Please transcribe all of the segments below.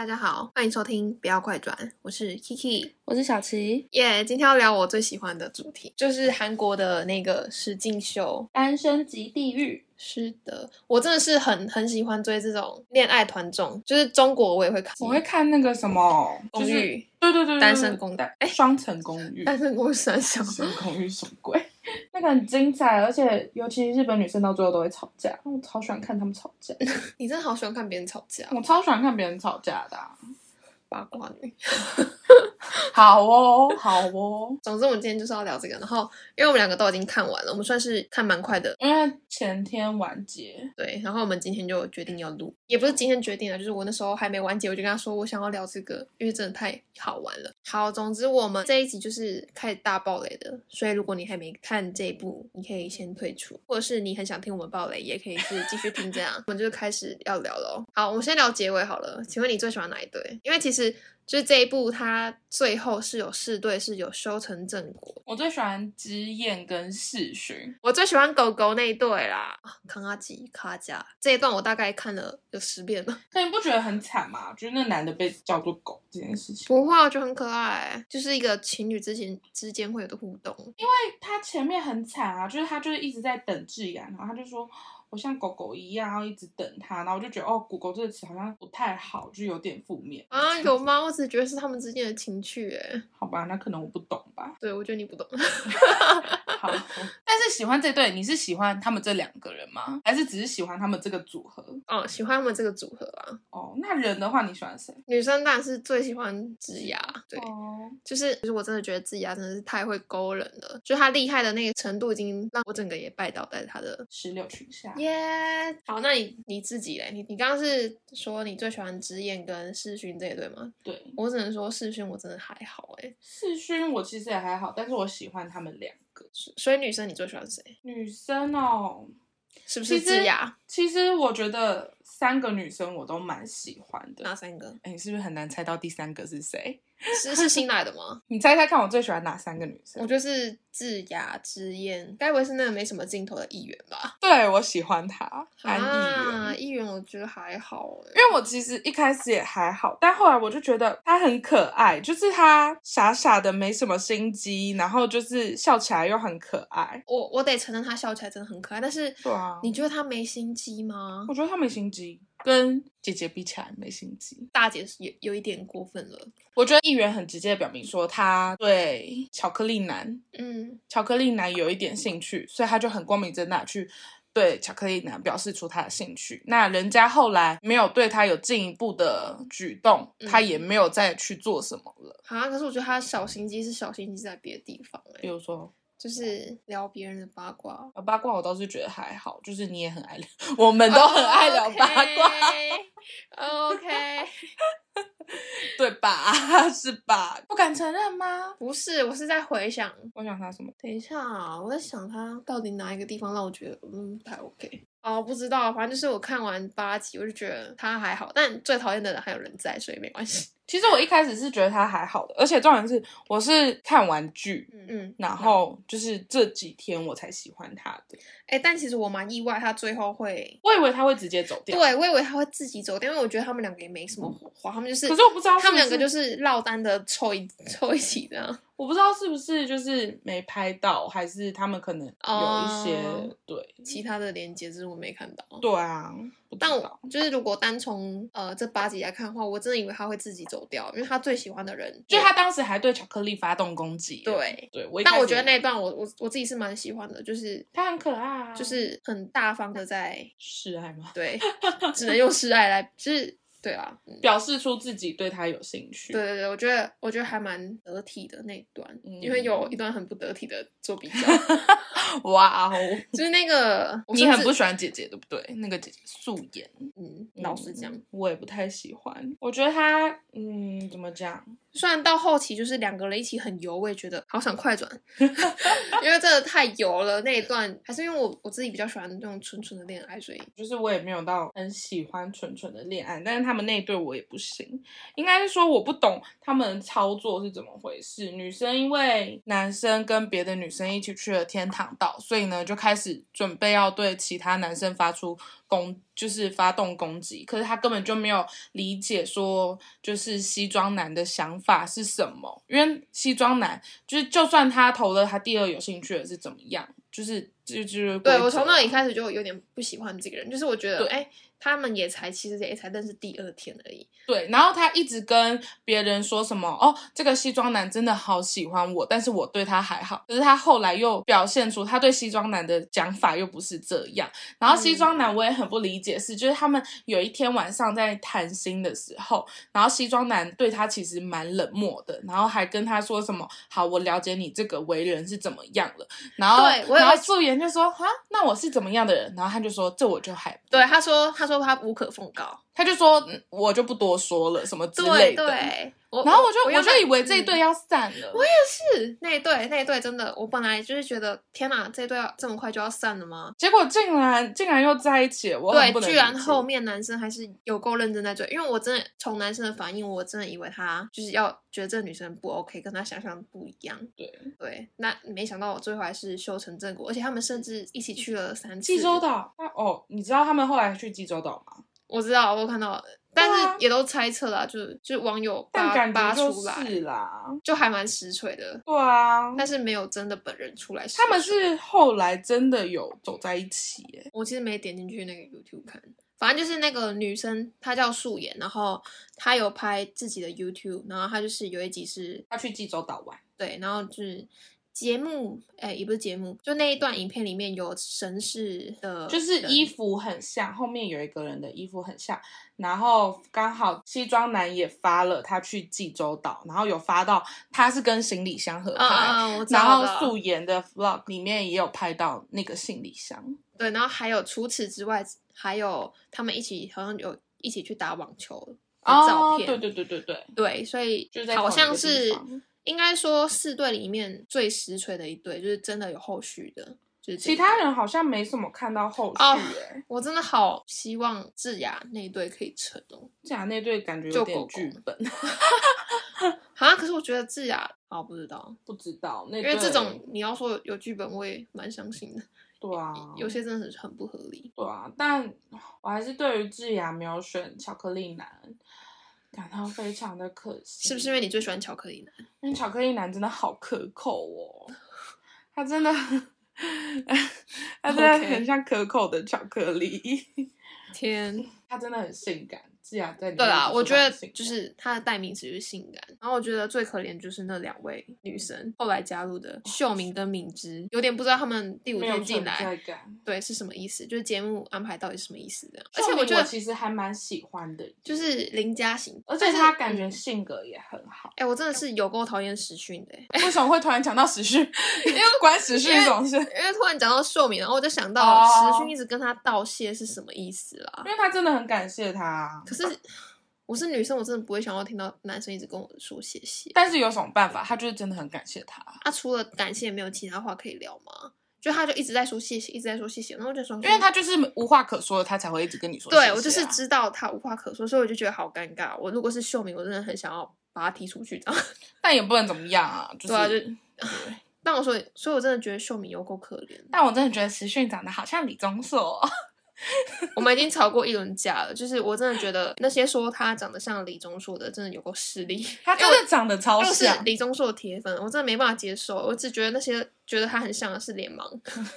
家好，欢迎收听不要快转，我是 Kiki， 我是小琪。 今天要聊我最喜欢的主题，就是韩国的那个实境秀单身即地狱。 是的，我真的是很喜欢追这种恋爱团综，就是中国我也会看， 我会看那个什么公寓， 对， 单身公寓， 双层公寓， 单身公寓三小， 单身公寓什么鬼？那个很精彩，而且尤其日本女生到最后都会吵架，我超喜欢看他们吵架。 你真的好喜欢看别人吵架， 我超喜欢看别人吵架的八卦女。 好哦。 总之我们今天就是要聊这个，然后因为我们两个都已经看完了，我们算是看蛮快的， 因为前天完结。 对，然后我们今天就决定要录，也不是今天决定的，就是我那时候还没完结，我就跟他说我想要聊这个，因为真的太好玩了。好，总之我们这一集就是开始大爆雷的，所以如果你还没看这一部，你可以先退出，或者是你很想听我们爆雷，也可以是继续听这样。我们就开始要聊咯。好，我们先聊结尾好了，请问你最喜欢哪一对？因为其实就是这一部它最后是有4对是有修成正果。 我最喜欢之燕跟世勋， 我最喜欢狗狗那一对啦，康阿吉、卡加这一段我大概看了有10遍了。 可你不觉得很惨吗？就是那男的被叫做狗这件事情。 不会，我觉得很可爱，就是一个情侣之间会有的互动。 因为他前面很惨啊，就是他就是一直在等智雅，然后他就说我像狗狗一样要一直等他，然后我就觉得狗狗这个词好像不太好，就有点负面啊。有吗？我只觉得是他们之间的情趣好吧，那可能我不懂吧。 对，我觉得你不懂。 好，但是喜欢这对，你是喜欢他们这2个人吗？还是只是喜欢他们这个组合？ 喜欢他们这个组合啊。 那人的话你喜欢谁？ 女生当然是最喜欢智雅，对，就是我真的觉得智雅真的是太会勾人了，就她厉害的那个程度已经让我整个也拜倒在她的石榴裙下。 好，那你自己嘞？你刚刚是说你最喜欢之燕跟世勋这一对吗？ 对， 我只能说世勋我真的还好世勋我其实也还好，但是我喜欢他们2个。 所以女生你最喜欢谁？ 女生是不是智雅？ 其实我觉得3个女生我都蛮喜欢的。 哪3个？ 你是不是很难猜到第3个是谁？ 是新来的吗？ 你猜猜看，我最喜欢哪3个女生？ 我觉得是智雅、之燕，该不会是那个没什么镜头的议员吧？ 对，我喜欢她，安议员。 议员我觉得还好因为我其实一开始也还好，但后来我就觉得她很可爱，就是她傻傻的没什么心机，然后就是笑起来又很可爱。 我得承认她笑起来真的很可爱，但是对啊， 你觉得她没心机吗？ 我觉得她没心机，跟姐姐比起来没心机。 大姐有一点过分了。 我觉得议员很直接的表明说他对巧克力男有一点兴趣，所以他就很光明正大去对巧克力男表示出他的兴趣。那人家后来没有对他有进一步的举动，他也没有再去做什么了。 可是我觉得他的小心机是小心机在别的地方比如说就是聊别人的八卦。 八卦我倒是觉得还好，就是你也很爱聊，我们都很爱聊八卦。 OK 对吧？是吧？不敢承认吗？ 不是，我是在回想。 我想他什么？ 等一下我在想他到底哪一个地方让我觉得不太 OK。不知道，反正就是我看完8集我就觉得他还好，但最讨厌的人还有人在，所以没关系。 其实我一开始是觉得他还好的，而且重点是我是看完剧，然后就是这几天我才喜欢他的。 但其实我蛮意外，他最后会， 我以为他会直接走掉。 对，我以为他会自己走掉，因为我觉得他们2个也没什么火花，他们就是， 可是我不知道他们2个就是落单的凑一起这样。 我不知道是不是就是没拍到，还是他们可能有一些对其他的连接，只是我没看到。 对啊， 但我就是如果单从这8集来看的话，我真的以为他会自己走掉，因为他最喜欢的人， 就他当时还对巧克力发动攻击。 对， 但我觉得那一段我自己是蛮喜欢的，就是他很可爱就是很大方的在示爱吗？ 对，只能用示爱来，就是对啊， 表示出自己对他有兴趣。 对，我觉得还蛮得体的那一段，因为有一段很不得体的做比较。 哇哦， 就是那个你很不喜欢姐姐对不对？那个姐姐素颜， 老实讲， 我也不太喜欢。我觉得她，怎么讲？ 虽然到后期就是2个人一起很油，我也觉得好想快转，因为真的太油了那一段。还是因为我自己比较喜欢那种纯纯的恋爱，所以就是我也没有到很喜欢纯纯的恋爱，但是他们那一对我也不行。应该是说我不懂他们的操作是怎么回事。女生因为男生跟别的女生一起去了天堂岛，所以呢就开始准备要对其他男生发出就是发动攻击，可是他根本就没有理解说就是西装男的想法是什么，因为西装男就是就算他投了他第二有兴趣的是怎么样，就是对，我从那里开始就有点不喜欢这个人，就是我觉得他们其实也才认识第2天而已。 对，然后他一直跟别人说什么这个西装男真的好喜欢我，但是我对他还好。可是他后来又表现出他对西装男的讲法又不是这样。然后西装男我也很不理解就是他们有一天晚上在谈心的时候，然后西装男对他其实蛮冷漠的，然后还跟他说什么好，我了解你这个为人是怎么样了。然后素颜就说那我是怎么样的人？然后他就说这我就还对他说他无可奉告， 他就说我就不多说了什么之类的。 对， 然后我就以为这一对要散了。 我也是，那一对真的，我本来就是觉得天哪，这一对这么快就要散了吗？ 结果竟然又在一起了，我很不能理解。 对，居然后面男生还是有够认真在追，因为我真的从男生的反应，我真的以为他就是要觉得这个女生不 OK， 跟他想象不一样。对，那没想到我最后还是修成正果，而且他们甚至一起去了3次济州岛。你知道他们后来去济州岛吗？ 我知道，我看到了。但是也都猜测啦，就是网友扒出来， 是啦， 就还蛮实锤的。 对啊， 但是没有真的本人出来。 他们是后来真的有走在一起耶。 我其实没点进去那个 YouTube 看，反正就是那个女生她叫素颜，然后她有拍自己的 YouTube， 然后她就是有一集是她去济州岛玩， 对，然后就是节目也不是节目，就那一段影片里面有神似的， 就是衣服很像，后面有一个人的衣服很像，然后刚好西装男也发了他去济州岛，然后有发到他是跟行李箱合拍， 我知道然后素颜的 vlog 里面也有拍到那个行李箱。 对，然后还有除此之外，还有他们好像有一起去打网球的照片。对，所以好像是应该说4对里面最实锤的一对，就是真的有后续的。就是其他人好像没什么看到后续我真的好希望智雅那一对可以成哦。 智雅那对感觉有点剧本可是我觉得智雅不知道因为这种你要说有剧本我也蛮相信的。 对啊， 有些真的是很不合理。 对啊，但我还是对于智雅没有选巧克力男感到非常的可惜。 是不是因为你最喜欢巧克力男？ 因为巧克力男真的好可口哦，他真的很像可口的巧克力。 天， 他真的很性感。智雅在里面对啦，我觉得就是他的代名词就是性感。然后我觉得最可怜就是那2位女生后来加入的秀明跟敏芝，有点不知道他们第5天进来对是什么意思，就是节目安排到底是什么意思的。而且我觉得其实还蛮喜欢的， 就是邻家型， 而且他感觉性格也很好。 我真的是有够讨厌时训的。 为什么会突然讲到时训？因为关时训这种事，因为突然讲到秀明，然后我就想到时训一直跟他道谢是什么意思啦。 因为他真的很感谢他。 可是我是女生，我真的不会想要听到男生一直跟我说谢谢。 但是有什么办法？他就是真的很感谢他。 除了感谢，没有其他话可以聊吗？就他就一直在说谢谢，一直在说谢谢，然后我就说， 因为他就是无话可说，他才会一直跟你说谢谢。 对，我就是知道他无话可说，所以我就觉得好尴尬。我如果是秀明，我真的很想要把他踢出去这样。但也不能怎么样啊，就是。 但所以我真的觉得秀明有够可怜。 但我真的觉得时训长得好像李钟硕。 我们已经吵过一轮架了，就是我真的觉得那些说他长得像李钟硕的，真的有够势利。 他真的长得超像， 就是李钟硕的铁粉，我真的没办法接受。我只觉得那些觉得他很像的是脸盲。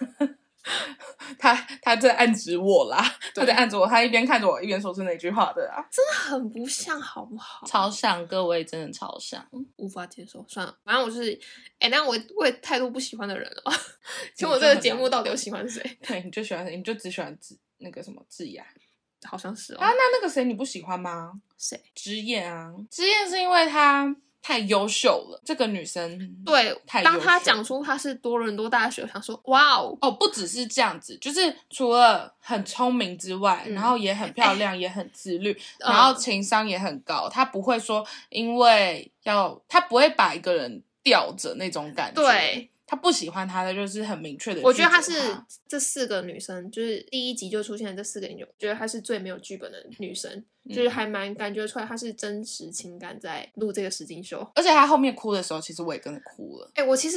他在暗指我啦，他在暗指我，他一边看着我一边说出那句话的啊， 真的很不像，好不好？ 超像，各位真的超像， 无法接受。算了，反正我就是但我也太多不喜欢的人了。请我这个节目到底有喜欢谁？ 对，你就喜欢谁？你就只喜欢那个什么智雅， 好像是那个谁你不喜欢吗？ 谁？ 之燕啊，之燕是因为她太优秀了，这个女生对，当她讲出她是多伦多大学，我想说哇哦， 不只是这样子，就是除了很聪明之外，然后也很漂亮，也很自律，然后情商也很高，她不会说因为她不会把一个人吊着那种感觉。对。他不喜欢他的就是很明确的。 我觉得他是这4个女生，就是第1集就出现的这4个女，我觉得她是最没有剧本的女生，就是还蛮感觉出来她是真实情感在录这个实境秀。 而且她后面哭的时候，其实我也跟着哭了。 我其实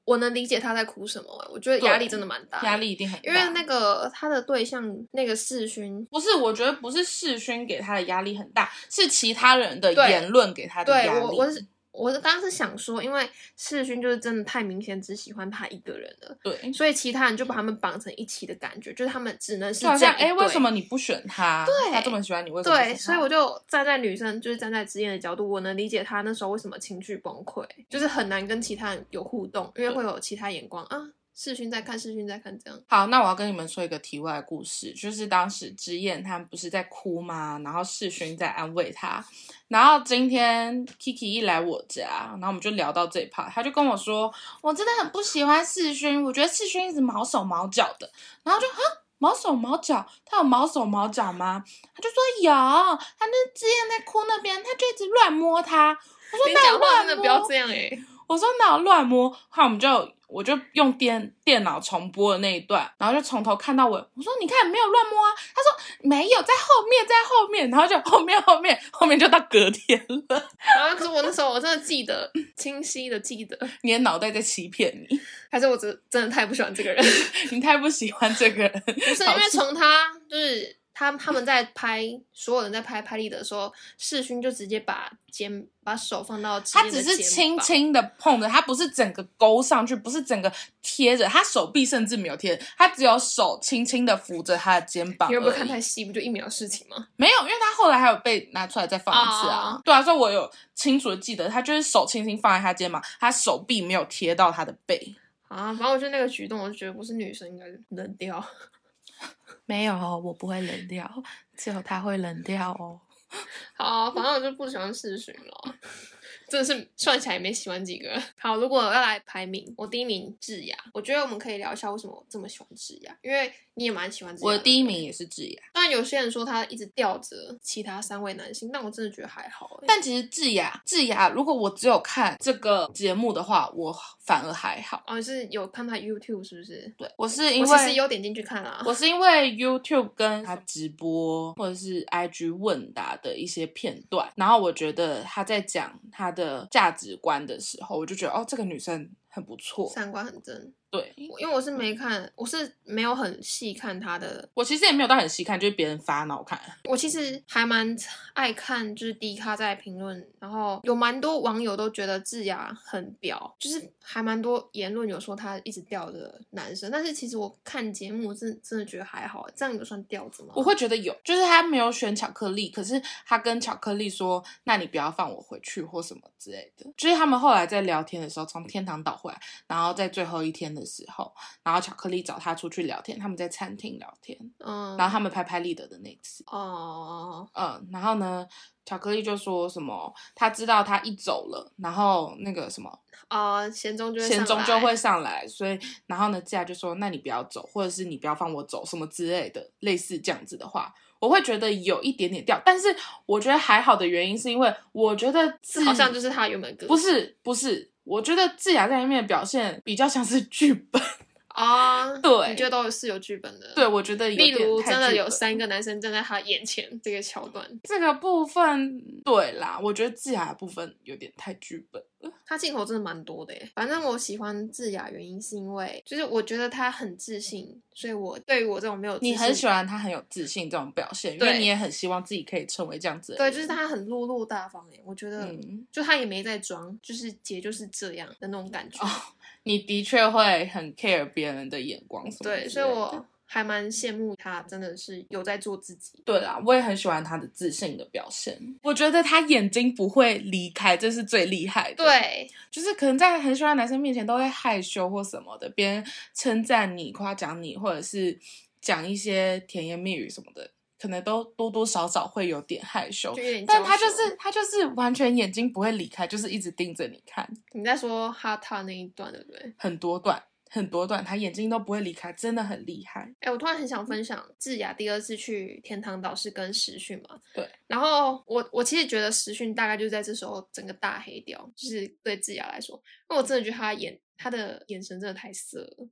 我能理解他在哭什么，我觉得压力真的蛮大的， 压力一定很大。 因为那个他的对象那个世勋， 不是，我觉得不是世勋给他的压力很大，是其他人的言论给他的压力。 对，我刚刚是想说，因为世勋就是真的太明显只喜欢他一个人了， 对， 所以其他人就把他们绑成一起的感觉，就是他们只能是这样。为什么你不选他？ 对， 他这么喜欢你，为什么不选他？ 对，所以我就站在女生，就是站在直言的角度，我能理解他那时候为什么情绪崩溃，就是很难跟其他人有互动，因为会有其他眼光啊。世勋在看，世勋在看，这样。 好，那我要跟你们说一个题外的故事，就是当时之燕他们不是在哭吗？然后世勋在安慰他，然后今天 Kiki 一来我家，然后我们就聊到这一 part， 他就跟我说，我真的很不喜欢世勋，我觉得世勋一直毛手毛脚的，然后就毛手毛脚，他有毛手毛脚吗？他就说有，他那之燕在哭那边，他就一直乱摸他。我说你讲话真的不要这样我说哪有乱摸？后来我就用电脑重播了那一段，然后就从头看到尾。我说你看没有乱摸啊？他说没有，在后面，然后就后面就到隔天了。 然后可是我那时候我真的记得，清晰的记得。 你的脑袋在欺骗你， 还是我真的太不喜欢这个人？ 你太不喜欢这个人， 不是因为从他就是他们在拍，所有人在拍拍立得的时候，世勋就直接把手放到他只是轻轻的碰着，他不是整个勾上去，不是整个贴着，他手臂甚至没有贴着，他只有手轻轻的扶着他的肩膀而已。 你会不会看太细？不就1秒的事情吗？ 没有，因为他后来还有被拿出来再放一次啊。对啊，所以我有清楚的记得，他就是手轻轻放在他肩膀，他手臂没有贴到他的背啊。反正我觉得那个举动，我就觉得不是女生应该冷掉。 没有哦，我不会冷掉，只有他会冷掉哦。 好，反正我就不喜欢世勋了，真的是算起来也没喜欢几个人。好，如果要来排名，我第一名智雅，我觉得我们可以聊一下为什么我这么喜欢智雅，因为你也蛮喜欢智雅的。 我的第一名也是智雅， 当然有些人说他一直吊着其他3位男性，但我真的觉得还好。 但其实智雅，如果我只有看这个节目的话，我反而还好。 哦，是有看他 YouTube 是不是？ 对，我其实有点进去看啦。 我是因为 YouTube 跟他直播或者是 IG 问答的一些片段，然后我觉得他在讲他的价值观的时候，我就觉得这个女生很不错， 三观很正。 对， 因为我是没看，我是没有很细看他的。 我其实也没有到很细看，就是别人发脑看。 我其实还蛮爱看，就是迪卡在评论，然后有蛮多网友都觉得智雅很婊，就是还蛮多言论有说他一直吊着男生，但是其实我看节目真的觉得还好，这样有算吊着吗？ 我会觉得有，就是他没有选巧克力，可是他跟巧克力说，那你不要放我回去或什么之类的。就是他们后来在聊天的时候，从天堂岛回来，然后在最后一天的时候，然后巧克力找他出去聊天，他们在餐厅聊天，然后他们拍立得的那次，然后呢，巧克力就说什么，他知道他一走了，然后那个什么贤忠就会上来，所以然后呢，智雅就说，那你不要走，或者是你不要放我走，什么之类的，类似这样子的话，我会觉得有一点点掉，但是我觉得还好的原因是因为我觉得好像就是他原本个性不是，我觉得智雅在里面的表现比较像是剧本。对， 你觉得是有剧本的？ 对，我觉得有点例如真的有3个男生站在他眼前这个桥段， 这个部分对啦，我觉得智雅的部分有点太剧本了。 他镜头真的蛮多的耶。反正我喜欢智雅原因是因为，就是我觉得他很自信，所以我对于我这种没有自信， 你很喜欢他很有自信这种表现，因为你也很希望自己可以成为这样子的人。 对，就是他很落落大方耶。我觉得，就他也没在装，就是姐就是这样的那种感觉。 你的确会很 care 别人的眼光什么的。 对，所以我还蛮羡慕他，真的是有在做自己。 对啦，我也很喜欢他的自信的表现。我觉得他眼睛不会离开，这是最厉害的。 对， 就是可能在很喜欢的男生面前都会害羞或什么的，别人称赞你、夸奖你，或者是讲一些甜言蜜语什么的，可能都多多少少会有点害羞，但他就是完全眼睛不会离开，就是一直盯着你看。 你在说哈塔那一段对不对？ 很多段，他眼睛都不会离开，真的很厉害。 我突然很想分享智雅第2次去天堂岛是跟时训嘛？ 对。 然后我其实觉得时训大概就在这时候整个大黑掉，就是对智雅来说，因为我真的觉得他的眼神真的太色了。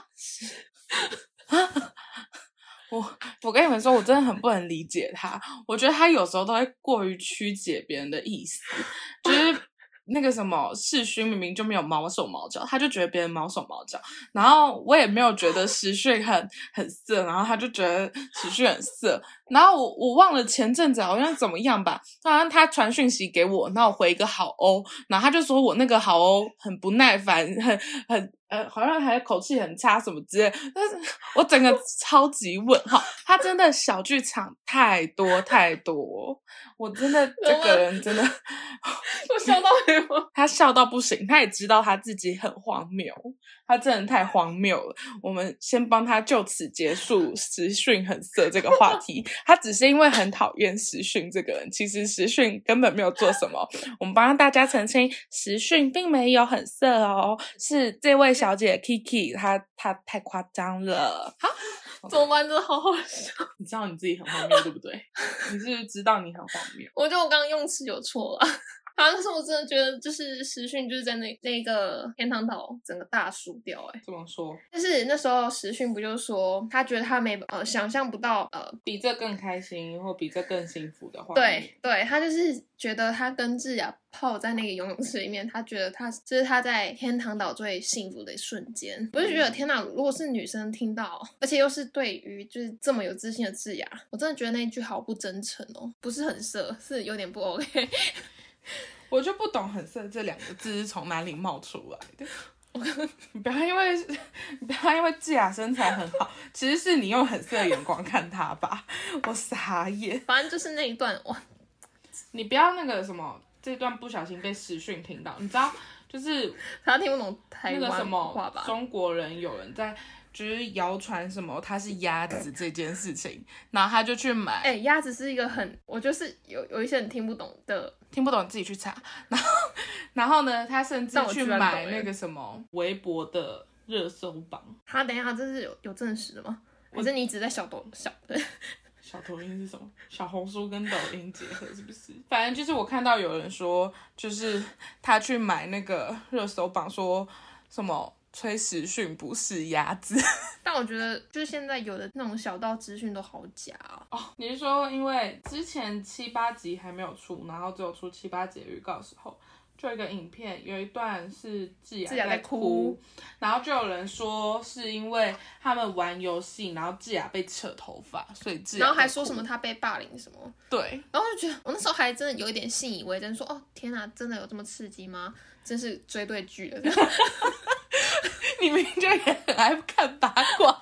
我跟你们说，我真的很不能理解他。我觉得他有时候都会过于曲解别人的意思，就是那个什么世勋明明就没有毛手毛脚，他就觉得别人毛手毛脚，然后我也没有觉得时讯很色，然后他就觉得时讯很色，然后我忘了前阵子好像怎么样吧，好像他传讯息给我，然后我回一个好欧，然后他就说我那个好欧很不耐烦，好像还口气很差什么之类，但是我整个超级问号，他真的小剧场太多，我真的这个人真的， 我笑到没有， 他笑到不行，他也知道他自己很荒谬，他真的太荒谬了。我们先帮他就此结束时讯很色这个话题，他只是因为很讨厌时讯这个人，其实时讯根本没有做什么，我们帮大家澄清，时讯并没有很色哦，是这位小姐 Kiki 她太夸张了。 好，怎么办？真的好好笑。 你知道你自己很荒谬对不对？你是不是知道你很荒谬？ 我觉得我刚刚用词有错了。好，但是我真的觉得就是时讯就是在那个天堂岛整个大输掉怎么说？ 就是那时候时讯不就说他觉得他没想象不到比这更开心或比这更幸福的话， 对，他就是觉得他跟智雅泡在那个游泳池里面，他觉得这是他在天堂岛最幸福的瞬间。我就觉得天哪，如果是女生听到，而且又是对于就是这么有自信的智雅，我真的觉得那一句好不真诚哦，不是很色，是有点不 OK。 我就不懂很色这两个字是从哪里冒出来的。你不要因为智雅身材很好，其实是你用很色的眼光看她吧。我傻眼。 反正就是那一段哇， 你不要那个什么，这段不小心被时讯听到，你知道，就是他听不懂台湾话吧？ 中国人有人在。就是谣传什么他是鸭子这件事情，然后他就去买。 鸭子是一个我就是有一些人听不懂自己去查。然后呢，他甚至去买那个什么微博的热搜榜。 等一下，这是有证实的吗？还是你只在小抖音是什么？小红书跟抖音结合是不是？反正就是我看到有人说，就是他去买那个热搜榜，说什么。崔时讯不是鸭子， 但我觉得就是现在有的那种小道资讯都好假哦。你是说因为之前7、8集还没有出，然后只有出7、8集的预告的时候，就有一个影片，有一段是智雅在哭，然后就有人说是因为他们玩游戏，然后智雅被扯头发，所以智雅， 然后还说什么他被霸凌什么， 对， 然后就觉得我那时候还真的有一点信以为真，说哦天哪，真的有这么刺激吗？真是追对剧了。 你明明就也很爱看八卦，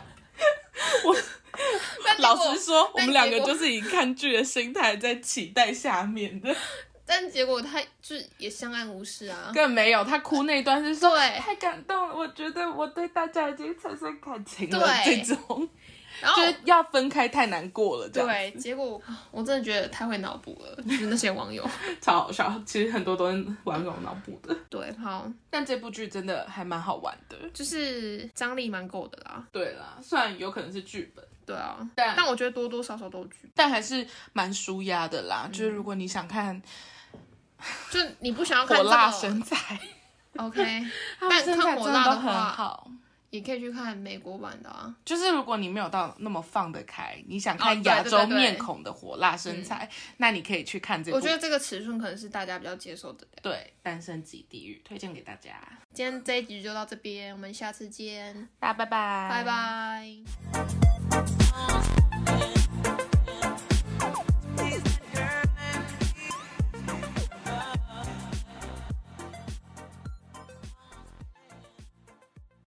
老实说，我们两个就是以看剧的心态在期待下面的。 但结果他就是也相安无事啊， 根本没有。他哭那一段是说对太感动了，我觉得我对大家已经产生感情了，这种。 然后就是要分开太难过了，这样。 对，结果我真的觉得太会脑补了，就是那些网友超好笑。其实很多都是网友脑补的。 对，好， 但这部剧真的还蛮好玩的， 就是张力蛮够的啦。 对啦，虽然有可能是剧本， 对啊，但我觉得多多少少都有剧本， 但还是蛮舒压的啦。就是如果你想看， 就你不想要看火辣身材 ，OK， 但看火辣的话。也可以去看美国版的啊， 就是如果你没有到那么放得开，你想看亚洲面孔的火辣身材，那你可以去看这部。 我觉得这个尺寸可能是大家比较接受的。 对，单身即地狱，推荐给大家。 今天这一集就到这边，我们下次见， 大家拜拜， 拜拜。